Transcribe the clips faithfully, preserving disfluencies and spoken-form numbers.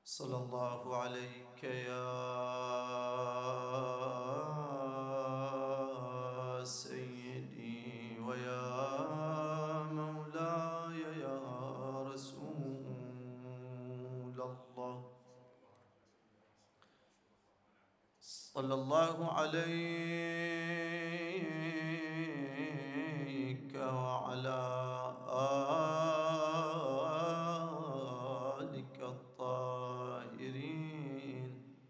صلى الله عليك يا سيدي ويا مولاي يا رسول الله. صلى الله عليك وعلى آلك الطاهرين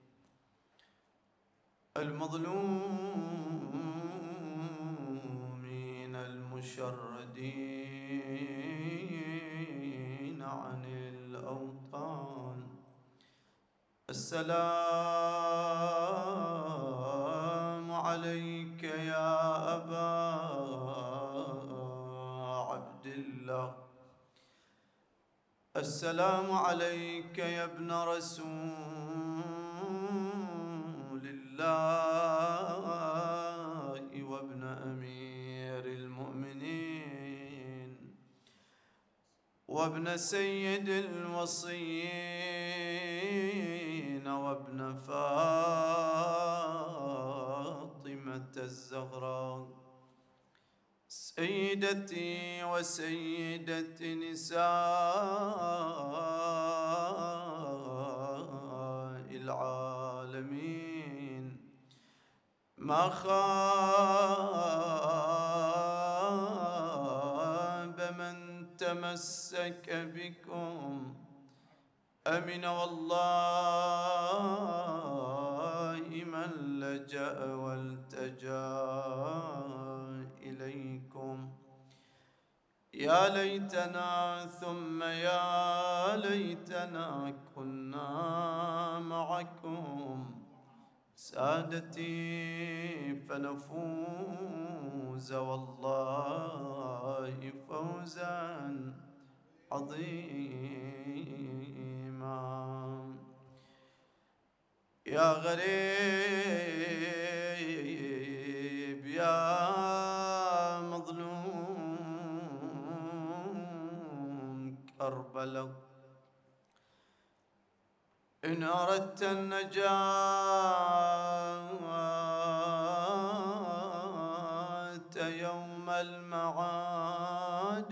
المظلومين المشردين عن الأوطان. السلام عليك يا أبا عبد الله. السلام عليك يا ابن رسول الله وابن أمير المؤمنين وابن سيد الوصيين وابن فاطمة الزهراء سيدتي وسيدة نساء العالمين. ما خاب من تمسك بكم، أمن والله من لجأ والتجا إليكم. يا ليتنا ثم يا ليتنا كنا معكم سادتي فنفوز والله فوزا عظيما. يا غريب يا مظلوم كربلاء، إن أردت النجاة يوم المعاد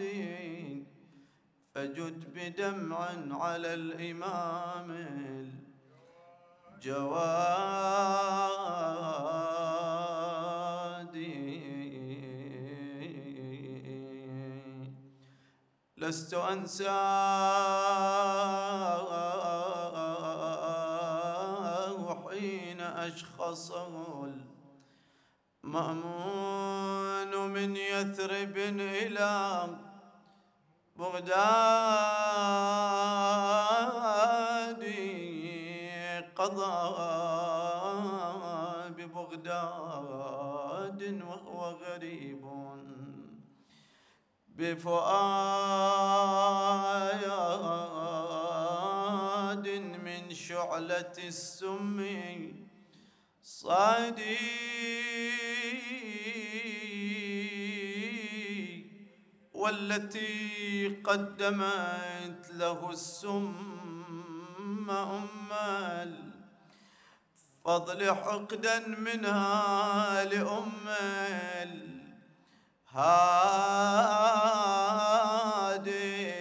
فجد بدمع على الإمام الجواد. لست أنساه حين أشخصه المأمون من يثرب إلى بغداد، قضى ببغداد وهو غريب بفؤاد من شعلة السم صادي، والتي قدمت له السم أم الفضل حقدا منها لأم الهادي،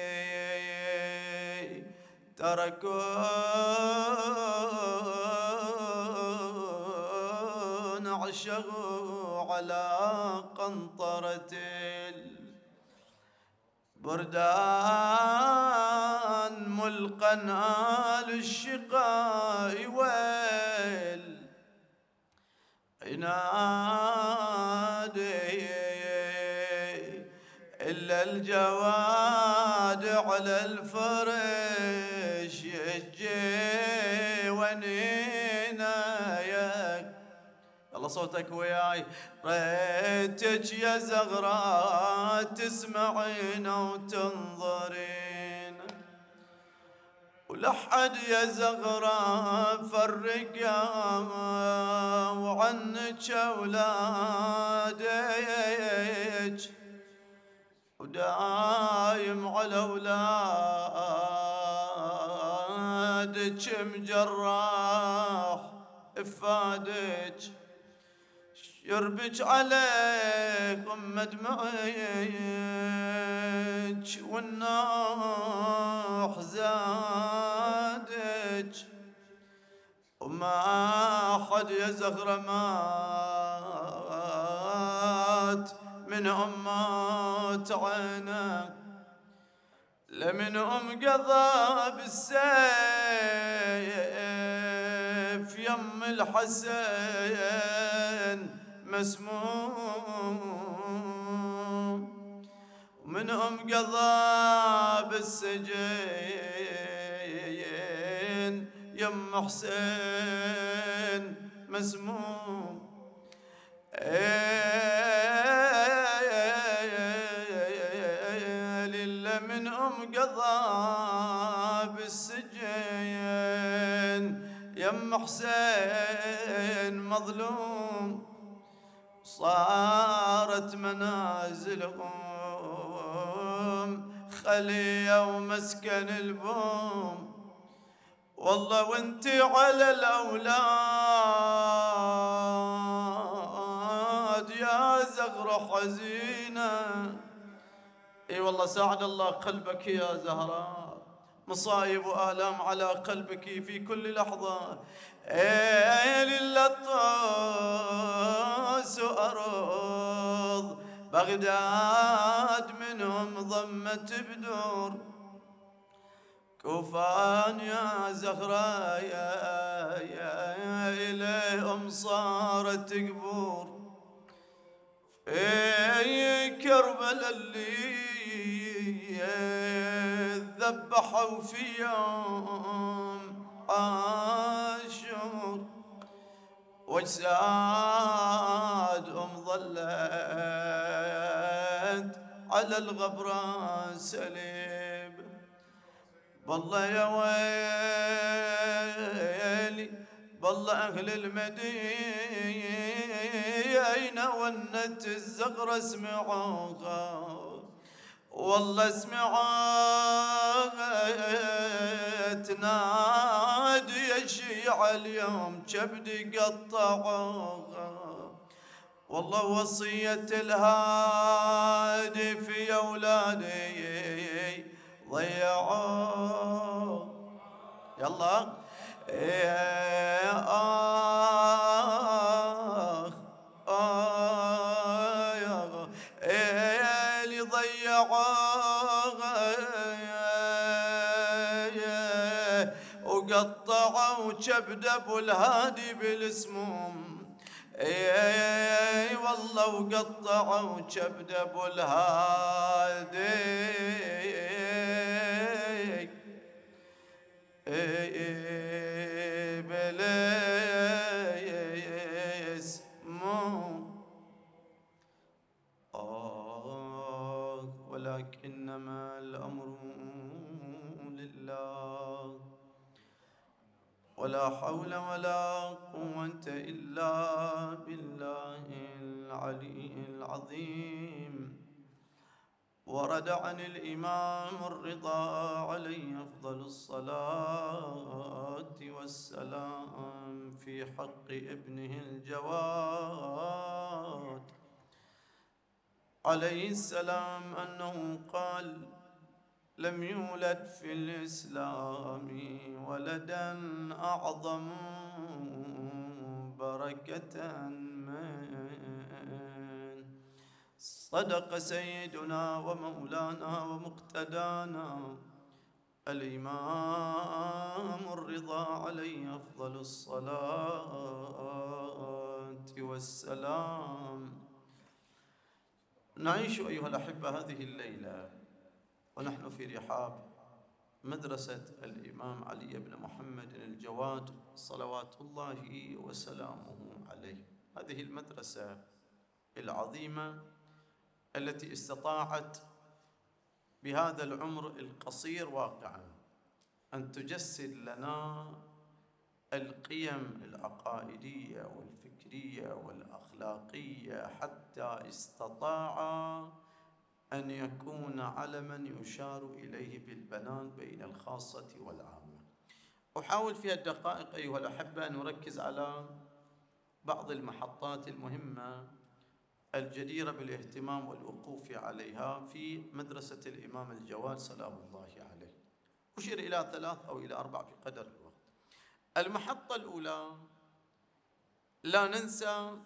تركوا نعشه على قنطرة بردان ملقا آل الشقاء والعناد، إلا الجواد على الفرش يجي ونينا. يا الله صوتك وياي، ريتك يا زغراء تسمعين وتنظرين، ولحد يا زغراء فرقا وعنك أولادك، ودايم على أولادك ولدك مجراح افادك يربج عليك ام دمعك والنوح زادك وما حد يا زغرة مات من أمات عينك لمن أم قضى بالسيف يم الحسين مسموم ومن أم قضى بالسجين يم حسين مسموم لله من أم قضى بالسجين يم حسين مظلوم صارت منازلهم خلية ومسكن البوم والله وانتي على الأولاد يا زغرة حزينة. اي والله ساعد الله قلبك يا زهراء مصايب وآلام على قلبك في كل لحظة. اي للطاس وأرض بغداد منهم ضمت بدور كوفان يا زهراء يا يا إليهم صارت قبور في كربلاء اللي ذبحوا في يوم عاشور واجسادهم ظلت على الغبرة سليب. والله يا ويلي بالله أهل المدينة ونت الزغرة سمعوها والله سمعت نادي الشيعة اليوم كبدي قطعوها والله وصية الهادي في أولادي ضيعوه. يلا إيه آه آه يا إيه اللي ضيعوه وقطعوا كبد أبو الهادي بالسموم. اي والله وقطعوا كبد ابو الهادي بالاسموم. آه ولكنما الأمر لله ولا حول ولا قوة إلا بالله العلي العظيم. ورد عن الإمام الرضا عليه أفضل الصلاة والسلام في حق ابنه الجواد عليه السلام أنه قال: لم يولد في الإسلام ولدا أعظم بركة من صدق سيدنا ومولانا ومقتدانا الإمام الرضا عليه أفضل الصلاة والسلام. نعيش أيها الأحبة هذه الليلة ونحن في رحاب مدرسة الإمام علي بن محمد الجواد صلوات الله وسلامه عليه. هذه المدرسة العظيمة التي استطاعت بهذا العمر القصير واقعا أن تجسد لنا القيم العقائدية والفكرية والأخلاقية حتى استطاع أن يكون علما يشار إليه بالبنان بين الخاصة والعامة. أحاول في الدقائق أيها الأحبة أن نركز على بعض المحطات المهمة الجديرة بالاهتمام والوقوف عليها في مدرسة الإمام الجواد سلام الله عليه. أشير إلى ثلاث أو إلى أربع بقدر الوقت. المحطة الأولى، لا ننسى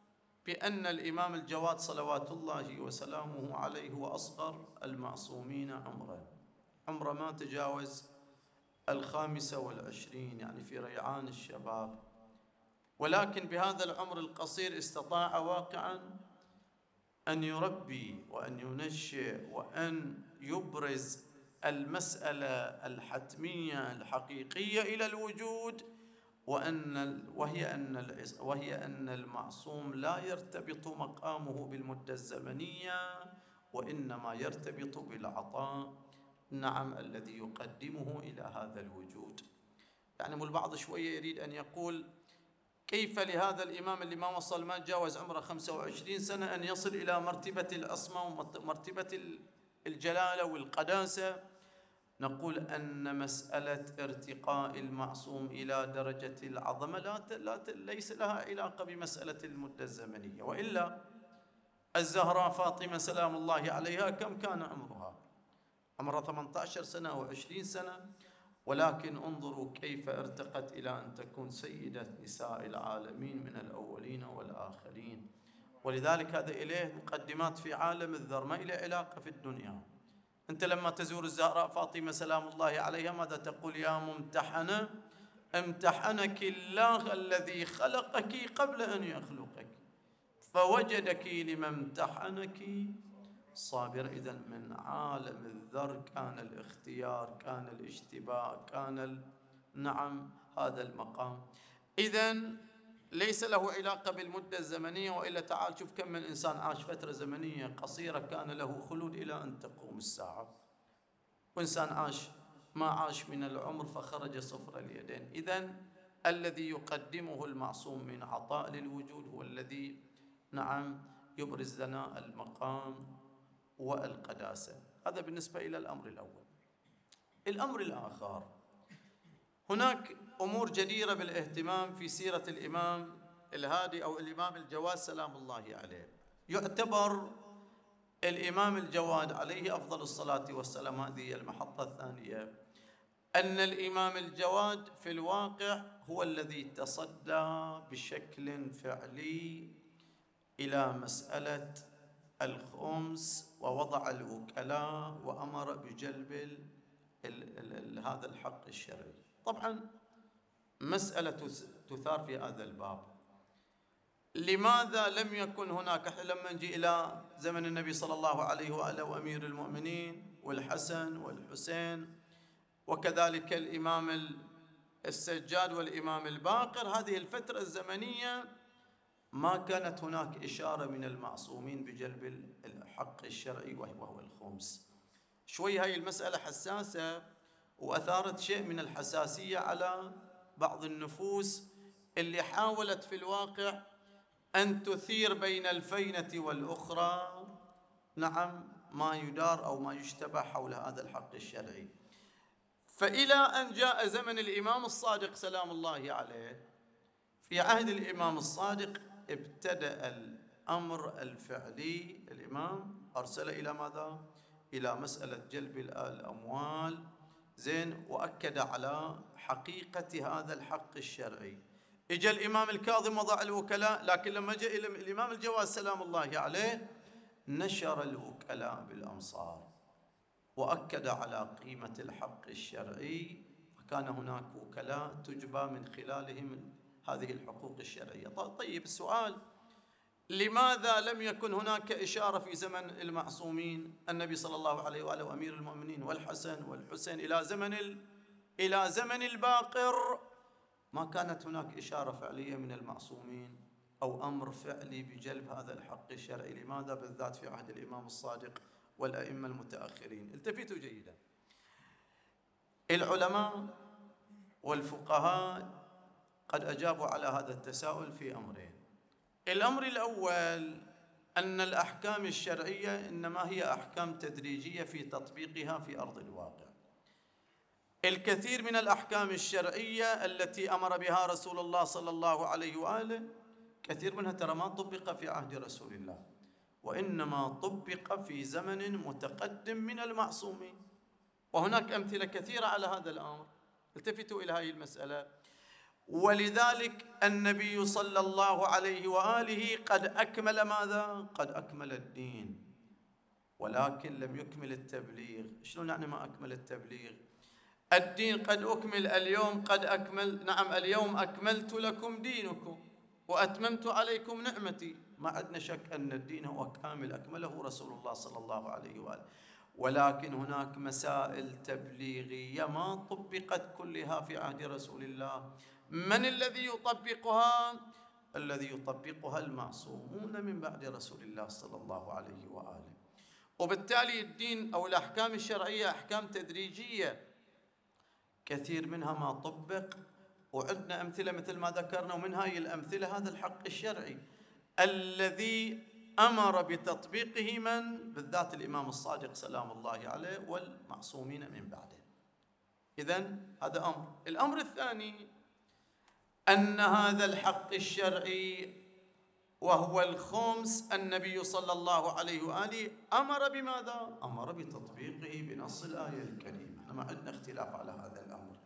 بأن الإمام الجواد صلوات الله وسلامه عليه هو أصغر المعصومين عمرا، عمره ما تجاوز الخامسة والعشرين، يعني في ريعان الشباب، ولكن بهذا العمر القصير استطاع واقعا أن يربي وأن ينشئ وأن يبرز المسألة الحتمية الحقيقية إلى الوجود، وأن وهي أن وهي أن المعصوم لا يرتبط مقامه بالمدة الزمنية، وإنما يرتبط بالعطاء، نعم، الذي يقدمه إلى هذا الوجود. يعني البعض شوية يريد أن يقول كيف لهذا الإمام اللي ما وصل ما تجاوز عمره خمسة وعشرين سنة أن يصل إلى مرتبة العصمة ومرتبة الجلالة والقداسة؟ نقول أن مسألة ارتقاء المعصوم إلى درجة العظمة لا لا ليس لها علاقة بمسألة المدة الزمنية، وإلا الزهراء فاطمة سلام الله عليها كم كان عمرها؟ عمرها ثمانية عشر سنة أو عشرين سنة، ولكن انظروا كيف ارتقت إلى أن تكون سيدة نساء العالمين من الأولين والآخرين. ولذلك هذا إليه مقدمات في عالم الذر، ما إليه علاقة في الدنيا. أنت لما تزور الزهراء فاطمة سلام الله عليها ماذا تقول؟ يا ممتحنة امتحنك الله الذي خلقك قبل أن يخلقك فوجدك لما امتحنك صابر. إذن من عالم الذر كان الاختيار، كان الاشتباك، كان ال... نعم هذا المقام. إذن ليس له علاقة بالمدة الزمنية، وإلا تعال شوف كم من إنسان عاش فترة زمنية قصيرة كان له خلود إلى أن تقوم الساعة، وإنسان عاش ما عاش من العمر فخرج صفر اليدين. إذن الذي يقدمه المعصوم من عطاء للوجود هو الذي نعم يبرز لنا المقام والقداسة. هذا بالنسبة إلى الأمر الأول. الأمر الآخر، هناك أمور جديرة بالاهتمام في سيرة الإمام الهادي أو الإمام الجواد سلام الله عليه. يعتبر الإمام الجواد عليه أفضل الصلاة والسلام، هذه المحطة الثانية، أن الإمام الجواد في الواقع هو الذي تصدى بشكل فعلي إلى مسألة الخمس ووضع الوكلاء وأمر بجلب ال ال ال هذا الحق الشرعي. طبعا مسألة تثار في هذا الباب، لماذا لم يكن هناك؟ احنا لما نجي إلى زمن النبي صلى الله عليه وآله وأمير المؤمنين والحسن والحسين وكذلك الإمام السجاد والإمام الباقر، هذه الفترة الزمنية ما كانت هناك إشارة من المعصومين بجلب الحق الشرعي وهو الخمس. شوي هاي المسألة حساسة وأثارت شيء من الحساسية على بعض النفوس اللي حاولت في الواقع أن تثير بين الفينة والأخرى نعم ما يدار أو ما يشتبه حول هذا الحق الشرعي. فإلى أن جاء زمن الإمام الصادق سلام الله عليه، في عهد الإمام الصادق ابتدأ الأمر الفعلي. الإمام أرسل إلى ماذا؟ إلى مسألة جلب الأموال، زين، وأكد على حقيقة هذا الحق الشرعي. إجا الإمام الكاظم وضع الوكلاء، لكن لما جاء الإمام الجواد سلام الله عليه نشر الوكلاء بالأمصار وأكد على قيمة الحق الشرعي، فكان هناك وكلاء تجبى من خلالهم هذه الحقوق الشرعية. طيب السؤال، لماذا لم يكن هناك إشارة في زمن المعصومين النبي صلى الله عليه وآله وأمير المؤمنين والحسن والحسين إلى زمن ال... إلى زمن الباقر ما كانت هناك إشارة فعلية من المعصومين أو أمر فعلي بجلب هذا الحق الشرعي؟ لماذا بالذات في عهد الإمام الصادق والأئمة المتأخرين؟ التفتوا جيدا. العلماء والفقهاء قد أجابوا على هذا التساؤل في أمرين. الأمر الأول أن الأحكام الشرعية إنما هي أحكام تدريجية في تطبيقها في أرض الواقع. الكثير من الأحكام الشرعية التي أمر بها رسول الله صلى الله عليه وآله كثير منها ترى ما طبق في عهد رسول الله، وإنما طبق في زمن متقدم من المعصومين. وهناك أمثلة كثيرة على هذا الأمر، التفتوا إلى هذه المسألة. ولذلك النبي صلى الله عليه وآله قد أكمل ماذا؟ قد أكمل الدين، ولكن لم يكمل التبليغ. شنو يعني ما أكمل التبليغ؟ الدين قد أكمل اليوم، قد أكمل، نعم اليوم أكملت لكم دينكم وأتممت عليكم نعمتي، ما عندنا شك أن الدين هو كامل أكمله رسول الله صلى الله عليه وآله، ولكن هناك مسائل تبليغية ما طبقت كلها في عهد رسول الله. من الذي يطبقها؟ الذي يطبقها المعصومون من بعد رسول الله صلى الله عليه وآله. وبالتالي الدين أو الأحكام الشرعية أحكام تدريجية، كثير منها ما طبق، وعندنا أمثلة مثل ما ذكرنا، ومن هاي الأمثلة هذا الحق الشرعي الذي أمر بتطبيقه من؟ بالذات الإمام الصادق سلام الله عليه والمعصومين من بعده. إذن هذا أمر. الأمر الثاني أن هذا الحق الشرعي وهو الخمس النبي صلى الله عليه وآله أمر بماذا؟ أمر بتطبيقه بنص الآية الكريمة. احنا ما عندنا اختلاف على هذا الأمر،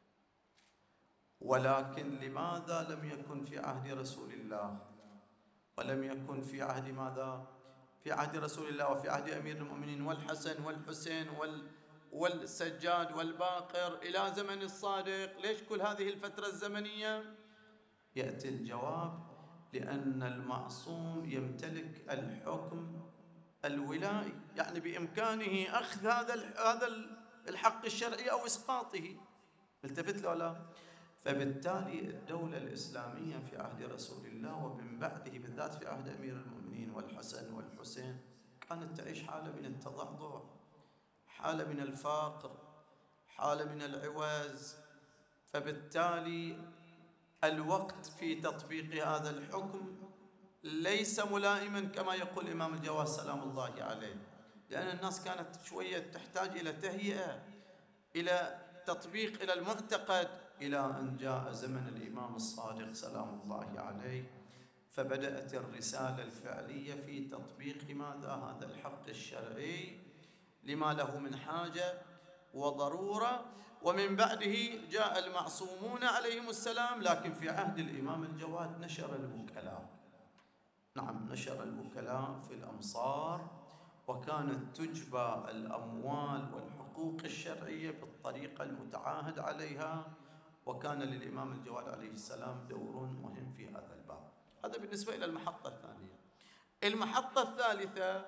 ولكن لماذا لم يكن في عهد رسول الله ولم يكن في عهد ماذا؟ في عهد رسول الله وفي عهد أمير المؤمنين والحسن والحسين وال والسجاد والباقر إلى زمن الصادق؟ ليش كل هذه الفترة الزمنية؟ يأتي الجواب: لأن المعصوم يمتلك الحكم الولائي، يعني بإمكانه أخذ هذا هذا الحق الشرعي أو إسقاطه. التفت له لا؟ فبالتالي الدولة الإسلامية في عهد رسول الله ومن بعده بالذات في عهد أمير المؤمنين والحسن والحسين كانت تعيش حالة من التضعضع، حالة من الفقر، حالة من العوز. فبالتالي الوقت في تطبيق هذا الحكم ليس ملائما كما يقول الإمام الجواد سلام الله عليه، لأن الناس كانت شوية تحتاج إلى تهيئة، إلى تطبيق، إلى المعتقد، إلى أن جاء زمن الإمام الصادق سلام الله عليه، فبدأت الرسالة الفعلية في تطبيق ماذا؟ هذا الحق الشرعي لما له من حاجة وضرورة. ومن بعده جاء المعصومون عليهم السلام، لكن في عهد الإمام الجواد نشر الوكلاء، نعم نشر الوكلاء في الأمصار، وكانت تجبى الأموال والحقوق الشرعية بالطريقة المتعاهد عليها، وكان للإمام الجواد عليه السلام دور مهم في هذا الباب. هذا بالنسبة إلى المحطة الثانية. المحطة الثالثة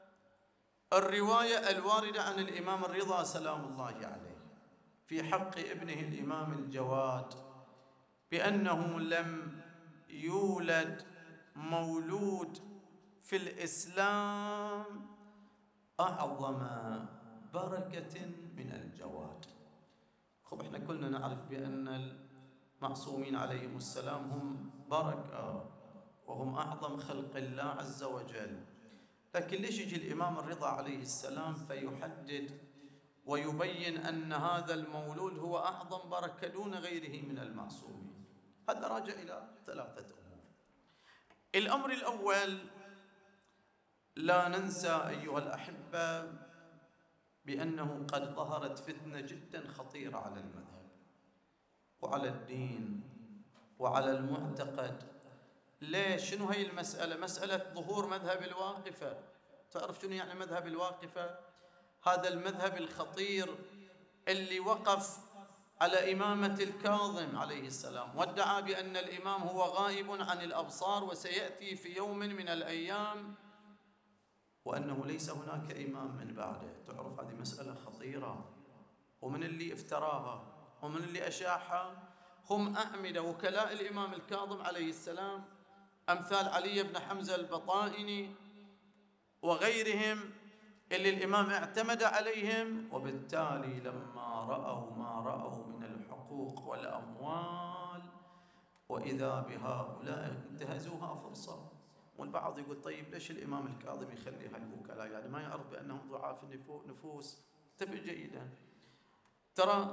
الرواية الواردة عن الإمام الرضا سلام الله عليه في حق ابنه الإمام الجواد بأنه لم يولد مولود في الإسلام أعظم بركة من الجواد. خب احنا كلنا نعرف بأن المعصومين عليهم السلام هم بركة وهم أعظم خلق الله عز وجل، لكن ليش يجي الإمام الرضا عليه السلام فيحدد ويبين أن هذا المولود هو أعظم بركة دون غيره من المعصومين؟ هذا راجع إلى ثلاثة أمور. الأمر الأول، لا ننسى أيها الأحبة بأنه قد ظهرت فتنة جدا خطيرة على المذهب وعلى الدين وعلى المعتقد. ليش؟ شنو هي المسألة؟ مسألة ظهور مذهب الواقفة. تعرف شنو يعني مذهب الواقفة؟ هذا المذهب الخطير اللي وقف على إمامة الكاظم عليه السلام، وادعى بأن الإمام هو غائب عن الأبصار وسيأتي في يوم من الأيام، وأنه ليس هناك إمام من بعده. تعرف هذه مسألة خطيرة، ومن اللي افتراها ومن اللي أشاحها هم أعمدة وكلاء الإمام الكاظم عليه السلام، أمثال علي بن حمزة البطائني وغيرهم اللي الإمام اعتمد عليهم. وبالتالي لما رأوا ما رأوا من الحقوق والأموال وإذا بهؤلاء انتهزوها فرصة. والبعض يقول طيب ليش الإمام الكاظم يخلي هالوكلاء؟ يعني ما يعرف بأنهم ضعاف النفوس؟ انتبه جيدا، ترى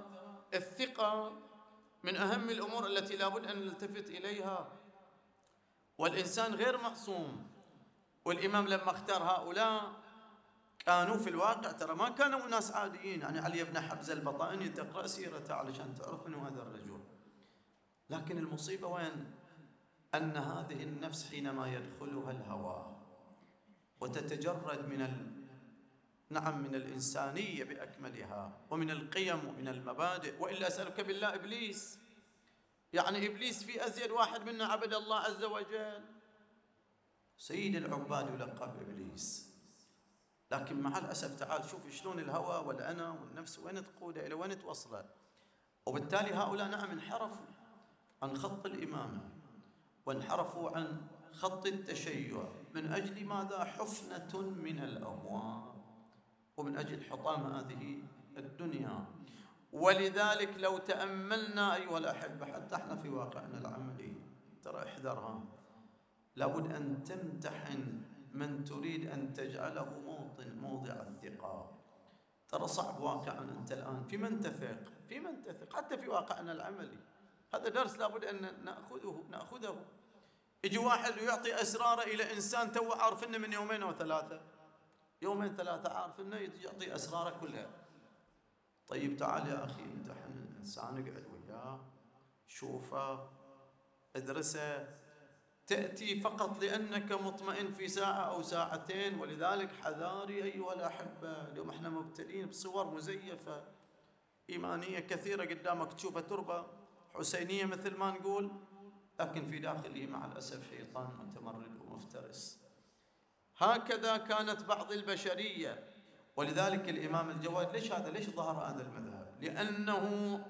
الثقة من أهم الأمور التي لابد أن نلتفت إليها، والإنسان غير معصوم. والإمام لما اختار هؤلاء كانوا في الواقع ترى ما كانوا ناس عاديين، يعني علي بن حمزة البطائني تقرأ سيرته علشان تعرف من هذا الرجل. لكن المصيبة وين؟ أن هذه النفس حينما يدخلها الهوى وتتجرد من ال... نعم من الإنسانية بأكملها ومن القيم ومن المبادئ، وإلا أسألك بالله إبليس، يعني إبليس في أزيد واحد منا عبد الله عز وجل، سيد العباد يلقب إبليس. لكن مع الأسف تعال شوف شلون الهوى والأنا والنفس وين تقوده، إلى وين توصله. وبالتالي هؤلاء نعم انحرفوا عن خط الإمامة وانحرفوا عن خط التشيع من أجل ماذا؟ حفنة من الأموال ومن أجل حطام هذه الدنيا. ولذلك لو تأملنا أيها الأحبة حتى احنا في واقعنا العملي، ترى احذرها، لابد أن تمتحن من تريد أن تجعله موطن موضع الثقة. ترى صعب واقعا أنت الآن في من تثق، في من تثق حتى في واقعنا العملي. هذا درس لابد أن نأخذه نأخذه يجي واحد ويعطي أسراره إلى إنسان تو عارفنه من يومين أو ثلاثة، يومين ثلاثة عارفنه يعطي أسراره كلها. طيب تعال يا أخي امتحن الإنسان، اقعد وياه، شوفه، ادرسه. تأتي فقط لأنك مطمئن في ساعة أو ساعتين. ولذلك حذاري أيها الأحبة، اليوم احنا مبتلين بصور مزيفة إيمانية كثيرة قدامك تشوفها تربة حسينية مثل ما نقول، لكن في داخله مع الأسف شيطان متمرد ومفترس. هكذا كانت بعض البشرية. ولذلك الإمام الجواد ليش هذا ليش ظهر هذا المذهب؟ لأنه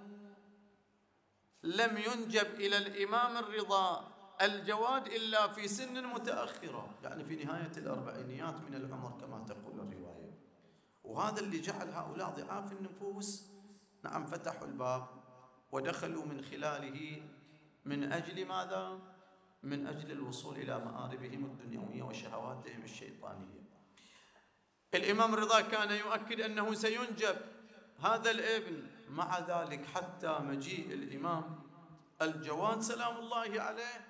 لم ينجب إلى الإمام الرضا الجواد إلا في سن متأخرة، يعني في نهاية الأربعينيات من العمر كما تقول الرواية. وهذا اللي جعل هؤلاء ضعاف النفوس نعم فتحوا الباب ودخلوا من خلاله من أجل ماذا؟ من أجل الوصول إلى مآربهم الدنيوية وشهواتهم الشيطانية. الإمام الرضا كان يؤكد أنه سينجب هذا الابن، مع ذلك حتى مجيء الإمام الجواد سلام الله عليه،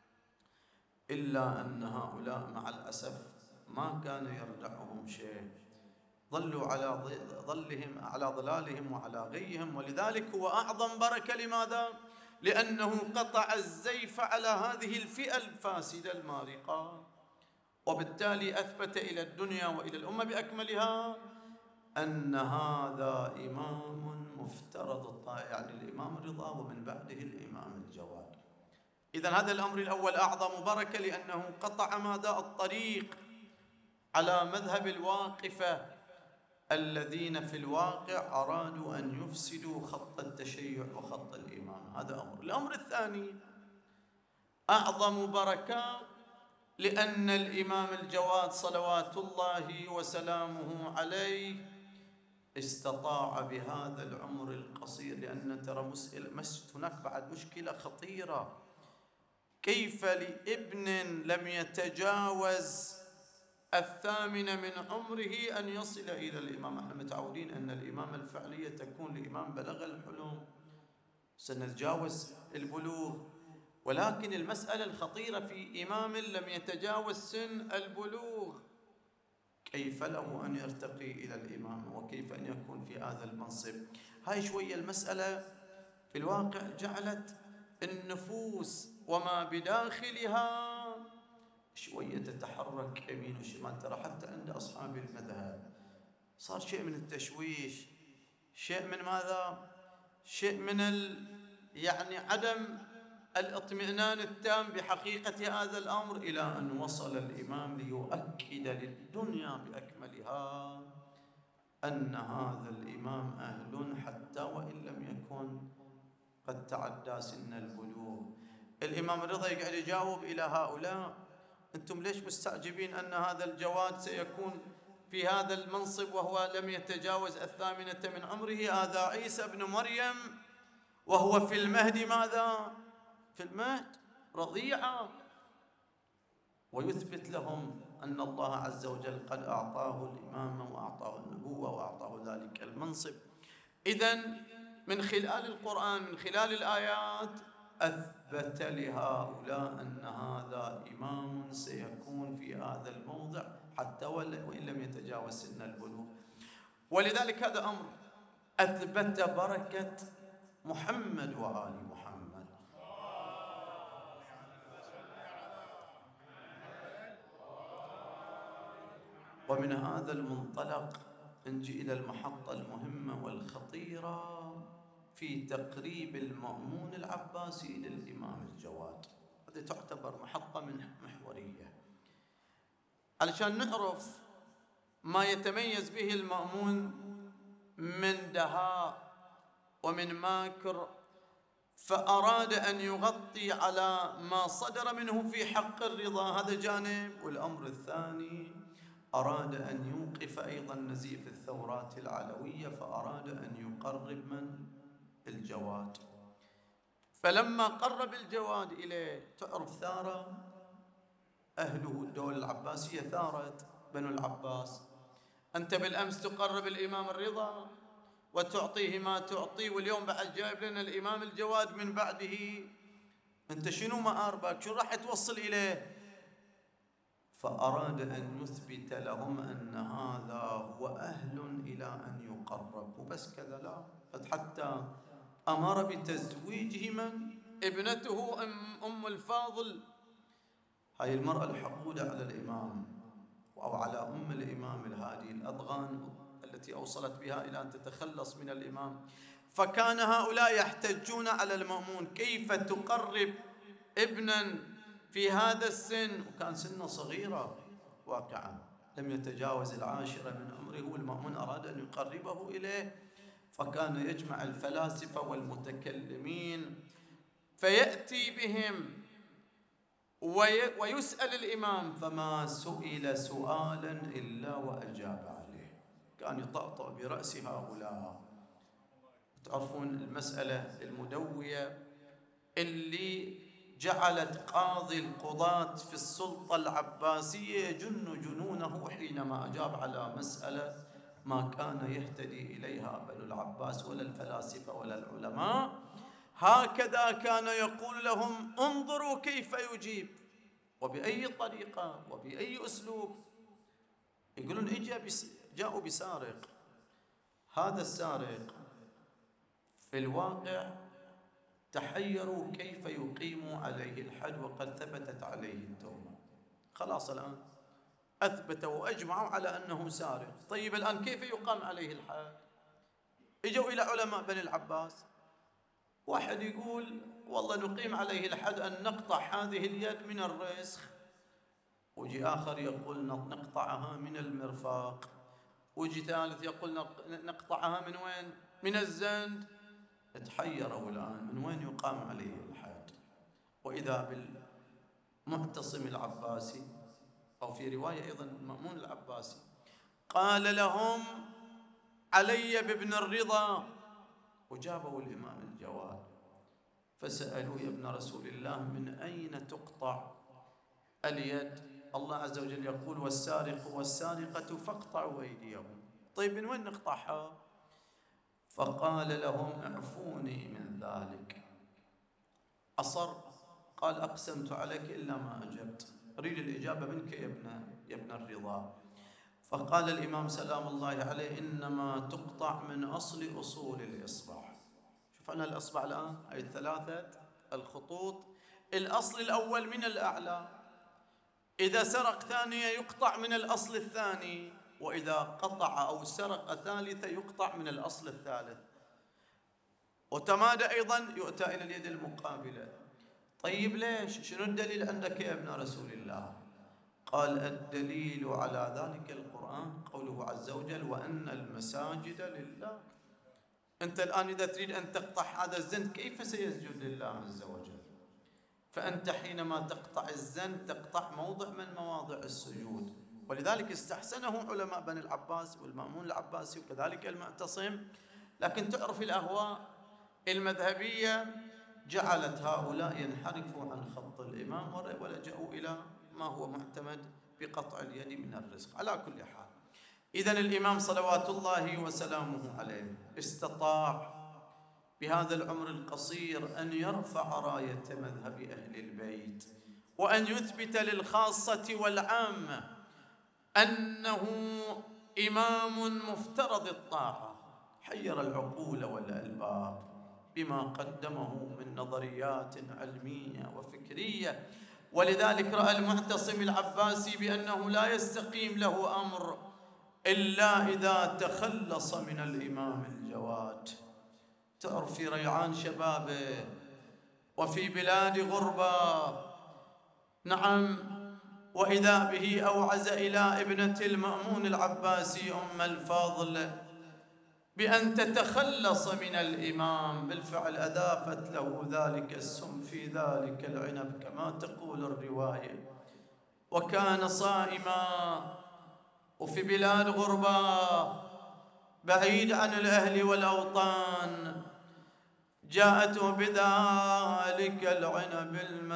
إلا أن هؤلاء مع الأسف ما كان يردعهم شيء، ظلوا على ظلهم على ضلالهم وعلى غيهم. ولذلك هو أعظم بركة. لماذا؟ لأنه قطع الزيف على هذه الفئة الفاسدة المارقة، وبالتالي أثبت إلى الدنيا وإلى الأمة بأكملها أن هذا إمام مفترض الطاعة، يعني الإمام الرضا ومن بعده الإمام الجواد. إذن هذا الأمر الأول أعظم بركة، لأنه قطع ماذا؟ الطريق على مذهب الواقفة الذين في الواقع أرادوا أن يفسدوا خط التشيع وخط الإمام. هذا أمر. الأمر الثاني أعظم بركة، لأن الإمام الجواد صلوات الله وسلامه عليه استطاع بهذا العمر القصير، لأن ترى مسألة هناك بعد مشكلة خطيرة، كيف لابن لم يتجاوز الثامنة من عمره أن يصل إلى الإمام؟ احنا متعودين أن الإمامة الفعلية تكون لإمام بلغ الحلم، سنتجاوز البلوغ، ولكن المسألة الخطيرة في إمام لم يتجاوز سن البلوغ، كيف له أن يرتقي إلى الإمامة وكيف أن يكون في هذا المنصب؟ هاي شوية المسألة في الواقع جعلت النفوس وما بداخلها شوية تتحرك يمين وشمال. ترى حتى عند أصحاب المذهب صار شيء من التشويش، شيء من ماذا؟ شيء من ال... يعني عدم الاطمئنان التام بحقيقة هذا الأمر، إلى أن وصل الإمام ليؤكد للدنيا بأكملها أن هذا الإمام أهل حتى وإن لم يكن قد تعدى سن البلوغ. الإمام الرضا يقعد يجاوب إلى هؤلاء: أنتم ليش مستعجبين أن هذا الجواد سيكون في هذا المنصب وهو لم يتجاوز الثامنة من عمره؟ هذا عيسى ابن مريم وهو في المهد ماذا؟ في المهد رضيعا. ويثبت لهم أن الله عز وجل قد أعطاه الإمامة وأعطاه النبوة وأعطاه ذلك المنصب. إذن من خلال القرآن، من خلال الآيات، أثبت لهؤلاء أن هذا إمام سيكون في هذا الموضع حتى وإن لم يتجاوز سن البلوغ. ولذلك هذا أمر أثبت بركة محمد وآل محمد. ومن هذا المنطلق نجي إلى المحطة المهمة والخطيرة في تقريب المأمون العباسي للإمام الجواد. هذه تعتبر محطة من محورية علشان نعرف ما يتميز به المأمون من دهاء ومن ماكر، فأراد أن يغطي على ما صدر منه في حق الرضا، هذا جانب. والأمر الثاني أراد أن يوقف أيضا نزيف الثورات العلوية، فأراد أن يقرب من الجواد. فلما قرب الجواد إليه، تعرف ثارة أهله الدولة العباسية، ثارت بنو العباس. أنت بالأمس تقرب الإمام الرضا وتعطيه ما تعطيه، واليوم بعد جايب لنا الإمام الجواد من بعده، أنت شنو مآربك؟ شو راح توصل إليه؟ فأراد أن يثبت لهم أن هذا هو أهل إلى أن يقرب. وبس كذا لا، حتى أمر بتزويجه من ابنته أم, أم الفاضل، هاي المرأة الحقودة على الإمام أو على أم الإمام الهادي الأضغان التي أوصلت بها إلى أن تتخلص من الإمام. فكان هؤلاء يحتجون على المأمون، كيف تقرب ابنا في هذا السن، وكان سنه صغيرة واقعا لم يتجاوز العاشرة من عمره، والمأمون أراد أن يقربه إليه. فكان يجمع الفلاسفة والمتكلمين فيأتي بهم ويسأل الإمام، فما سئل سؤالا إلا وأجاب عليه. كان يطأطأ برأس هؤلاء. تعرفون المسألة المدوية اللي جعلت قاضي القضاة في السلطة العباسية يجن جنونه حينما أجاب على مسألة ما كان يهتدي إليها بنو العباس ولا الفلاسفة ولا العلماء. هكذا كان يقول لهم: انظروا كيف يجيب وبأي طريقة وبأي أسلوب. يقولون إجا بس جاءوا بسارق، هذا السارق في الواقع تحيروا كيف يقيموا عليه الحد وقد ثبتت عليه التهمة. خلاص الآن أثبتوا وأجمعوا على أنه سارق. طيب الآن كيف يقام عليه الحد؟ اجوا إلى علماء بني العباس، واحد يقول والله نقيم عليه الحد أن نقطع هذه اليد من الرسخ، وجي آخر يقول نقطعها من المرفاق، وجي ثالث يقول نقطعها من وين؟ من الزند. تحيروا الآن من وين يقام عليه الحد. وإذا بالمعتصم العباسي، أو في رواية أيضا المأمون العباسي، قال لهم: علي بابن الرضا. وجابوا الإمام الجواد فسألوا: يا ابن رسول الله، من أين تقطع اليد؟ الله عز وجل يقول: والسارق والسارقة فاقطعوا أيديهم. طيب من وين نقطعها؟ فقال لهم: اعفوني من ذلك. أصر، قال: أقسمت عليك إلا ما أجبت، أريد الإجابة منك يا ابن يا ابن الرضا. فقال الإمام سلام الله عليه: إنما تقطع من أصل أصول الإصبع. شوف أنا الإصبع الآن أي الثلاثة الخطوط، الأصل الأول من الأعلى، إذا سرق ثانية يقطع من الأصل الثاني، وإذا قطع أو سرق ثالثة يقطع من الأصل الثالث، وتمادى أيضا يؤتى إلى اليد المقابلة. طيب ليش؟ شنو الدليل عندك يا ابن رسول الله؟ قال: الدليل على ذلك القرآن، قوله عز وجل: وأن المساجد لله. أنت الآن إذا تريد أن تقطع هذا الزند كيف سيسجد لله عز وجل؟ فأنت حينما تقطع الزند تقطع موضع من مواضع السجود. ولذلك استحسنه علماء بني العباس والمأمون العباسي وكذلك المعتصم. لكن تعرف الأهواء المذهبية جعلت هؤلاء ينحرفوا عن خط الإمام ولجأوا إلى ما هو معتمد بقطع اليد من الرزق. على كل حال، إذن الإمام صلوات الله وسلامه عليه استطاع بهذا العمر القصير أن يرفع راية مذهب أهل البيت، وأن يثبت للخاصة والعامة أنه إمام مفترض الطاعة. حير العقول والألباب بما قدمه من نظريات علمية وفكرية، ولذلك رأى المعتصم العباسي بأنه لا يستقيم له أمر إلا إذا تخلص من الإمام الجواد. تعرف في ريعان شبابه وفي بلاد غربة، نعم، وإذا به أوعز إلى ابنة المأمون العباسي أم الفضل بأن تتخلص من الإمام. بالفعل أذافت له ذلك السم في ذلك العنب كما تقول الرواية، وكان صائما وفي بلاد غربة بعيد عن الأهل والأوطان. جاءته بذلك العنب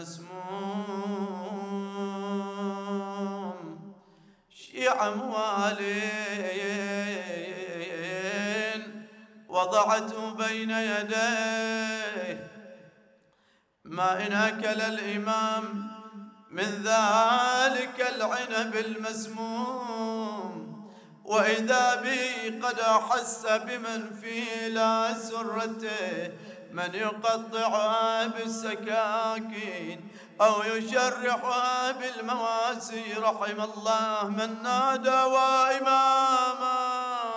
المسموم شيع موالين، وضعته بين يديه. ما إن أكل الإمام من ذلك العنب المسموم، وإذا به قد أحس بمن في لا سرته، من يقطعها بالسكاكين أو يشرحها بالمواسي. رحم الله من نادى وإماما،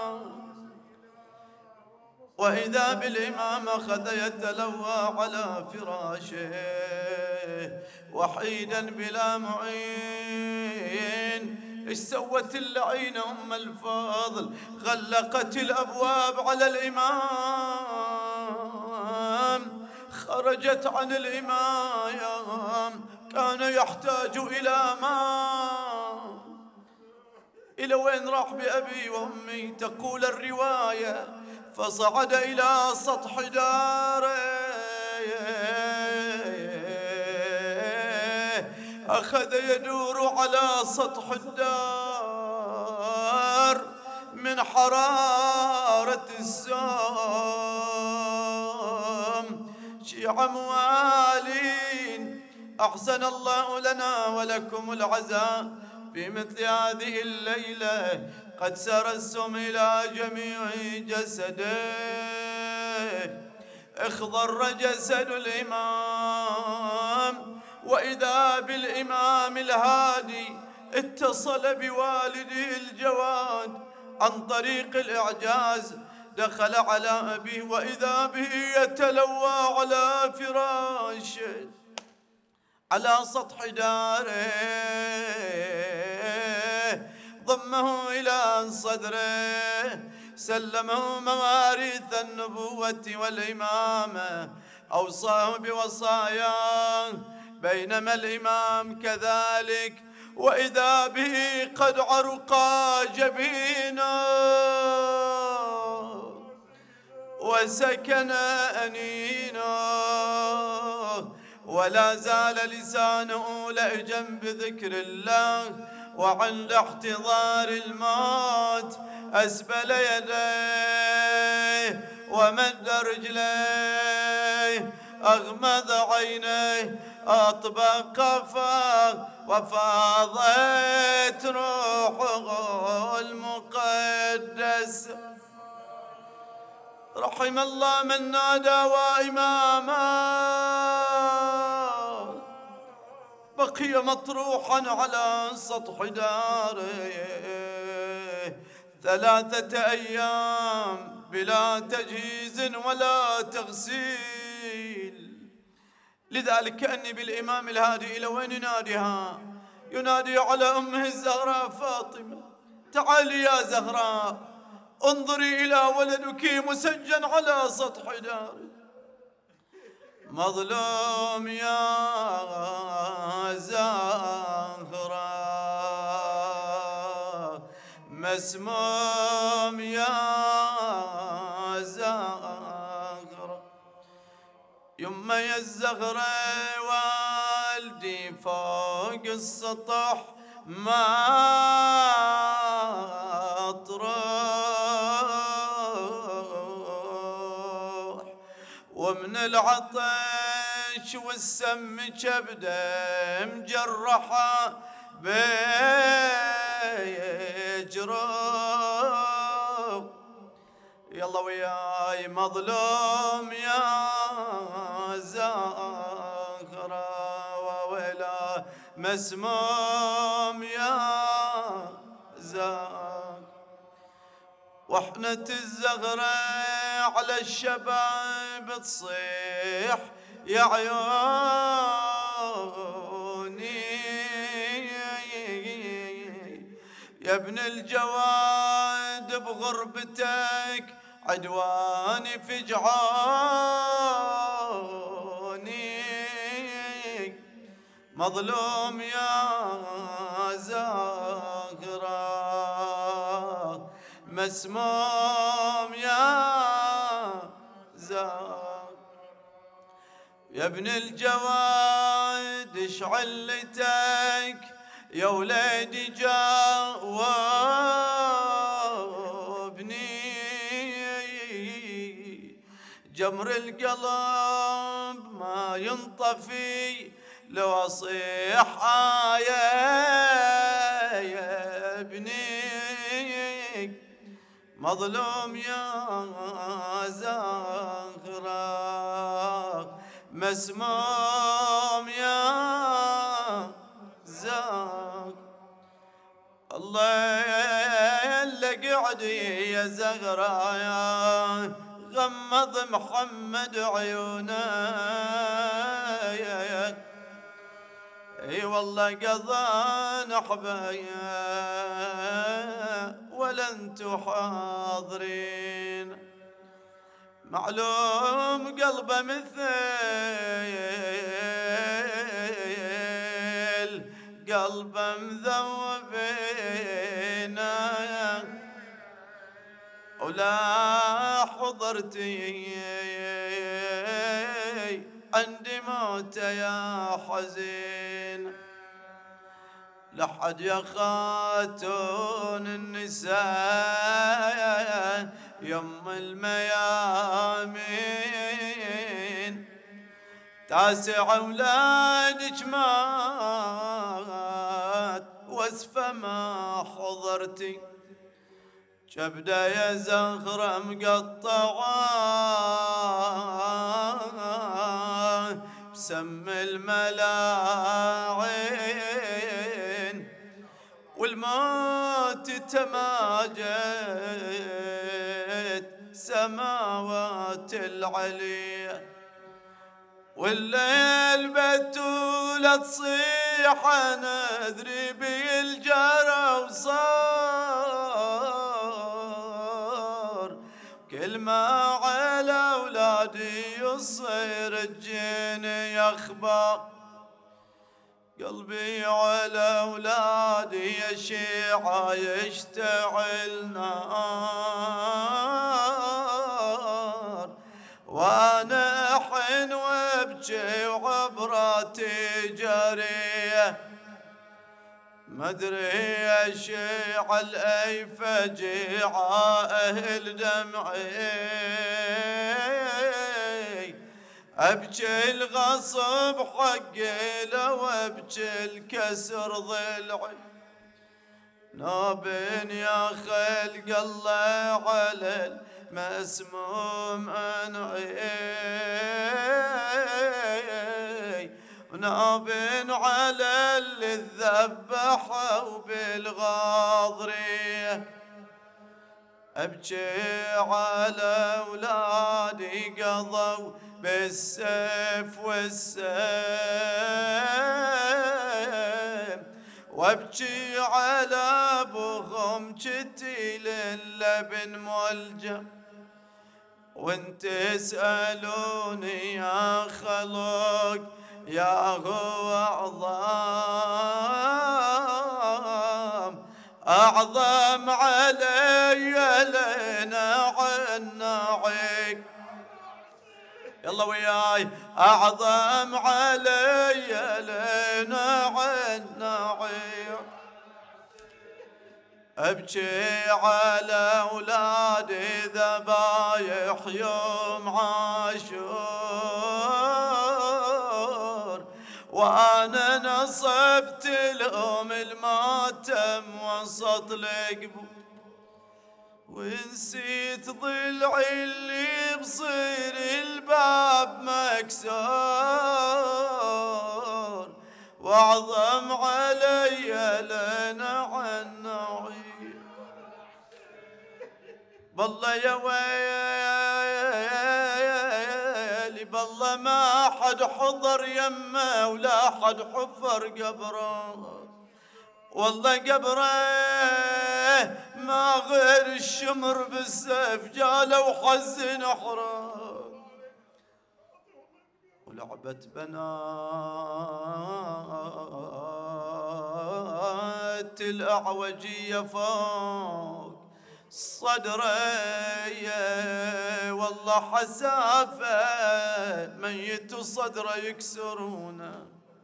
وإذا بالإمام أخذ يتلوى على فراشه وحيدا بلا معين. إيش سوت اللعينة أم الفضل؟ غلقت الأبواب على الإمام، خرجت عن الإمام، كان يحتاج إلى ماء. إلى وين راح بأبي وأمي؟ تقول الرواية فصعد إلى سطح داره، أخذ يدور على سطح الدار من حرارة السام. شيع موالين، أحسن الله لنا ولكم العزاء في مثل هذه الليلة. قد سر السم إلى جميع جسده، اخضر جسد الإمام، وإذا بالإمام الهادي اتصل بوالده الجواد عن طريق الإعجاز. دخل على أبيه وإذا به يتلوى على فراشه على سطح داره، ضمه إلى صدره، سلمه مواريث النبوة والإمامة، أوصاه بوصاياه، بينما الإمام كذلك، وإذا به قد عرقا جبينه وسكن أنينه، ولا زال لسانه لهجا بذكر الله. وعند احتضار الموت أسبل يديه ومد رجليه، أغمض عينيه، أطبق فاه، وفاضت روحه المقدس. رحم الله من نادى وإماما، بقي مطروحا على سطح داره ثلاثة أيام بلا تجهيز ولا تغسيل. لذلك كأني بالإمام الهادي إلى وين يناديها؟ ينادي على أمه الزهراء فاطمة، تعالي يا زهراء، انظري إلى ولدك مسجن على سطح داره، مظلوم يا زهراء، مسموم يا زهراء. يما يا الزهراء والدي فوق السطح ما تروح، العطش والسم كبده مجرحه بيجرب. يلا وياي مظلوم يا زهرة وويلا مسموم يا زهرة. وحنة الزغرة على الشباب تصيح يا عيوني يا ابن الجواد بغربتك عدواني فجعاني. مظلوم يا زهرة مسموم يا زهرة. يا ابن الجواد اش علتك يا وليدي جاوبني. جمر القلب ما ينطفي لو اصيح آية يا ابني. مظلوم يا زهرة مسموم يا زهرة. الله اللي قعدي يا زهرة يا غمض محمد عيونه. اي والله قضان حبايا ولا انتو حاضرين. معلوم قلبه مثل قلبه مذوبين ولا حضرتي عندي موت يا حزين. لحد يا خاتون النساء يم الميامين تاسع اولادك مات واسفه ما حضرتي. كبده يا زهرة مقطعة بسم الملاعين والموت تماجد سماوات العليا. والليل بتولة تصيح ندري بالجرى وصار كل ما على اولادي يصير الجن يخبى. قلبي على اولادي يا شيعة يشتعل نار وانا احن وابكي وعبراتي جاريه. مدري يا شيعة الاي فجيعة اهل دمعي ابكي الغصب حقي لو ابكي الكسر ضلعي. نابن يا خلق الله على المسموم انعي ونابن على اللي ذبحوا بالغاضريه. ابكي على اولادي قضوا بالسيف والسيف وابكي على ابوهم جتي للبن ملجم. وانت تسألوني يا خلق يا هو أعظم أعظم علي لنا عناعي. يلا وياي أعظم علي لنا عناعي. ابكي على اولادي ذبايح يوم عاشور وأنا نصبت لهم الماتم وسط القبور، ونسيت ضلعي اللي بصير الباب مكسور، واعظم علي لنا عن نعيم. بالله يا ويلي بالله ما حد حضر يمه ولا حد حفر قبره، والله قبره ما غير الشمر بالسيف جاله وحزن حرام، ولعبة بنات الأعوجية فوق صدري، والله حسافة ميت صدره يكسرونه.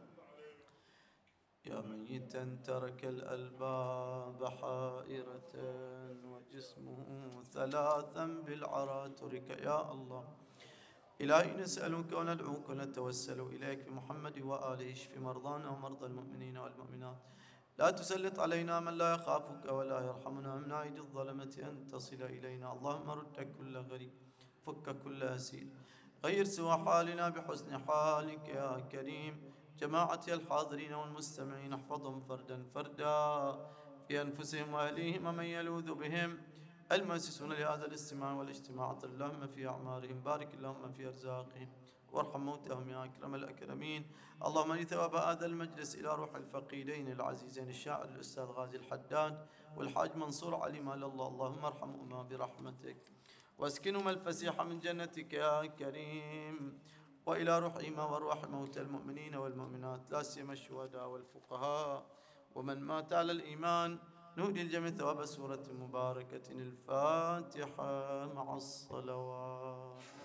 يا ميتا ترك الألباب حائرة وجسمه ثلاثا بالعرى ترك. يا الله إلهي نسألك وندعوك ونتوسل إليك بمحمد وآله اشف مرضانا ومرضى المؤمنين والمؤمنات، لا تسلط علينا من لا يخافك ولا يرحمنا، من أيدي الظلمة أن تصل إلينا. اللهم رد كل غريب، فك كل أسير، غير سوى حالنا بحسن حالك يا كريم. جماعة الحاضرين والمستمعين احفظهم فردا فردا في أنفسهم وأهليهم ومن يلوذ بهم، المؤسسون لهذا الاستماع والاجتماع اطل اللهم في أعمارهم، بارك اللهم في أرزاقهم، وارحم موتهم يا أكرم الأكرمين. اللهم إن ثواب هذا المجلس إلى روح الفقيدين العزيزين الشاعر الأستاذ غازي الحداد والحاج منصور علي مال الله، اللهم ارحمهما برحمتك واسكنهما الفسيح من جنتك يا كريم. وإلى روحهما وأرواح موتى المؤمنين والمؤمنات لا سيما الشهداء والفقهاء ومن مات على الإيمان، نهدي الجميع ثواب سورة مباركة الفاتحة مع الصلوات.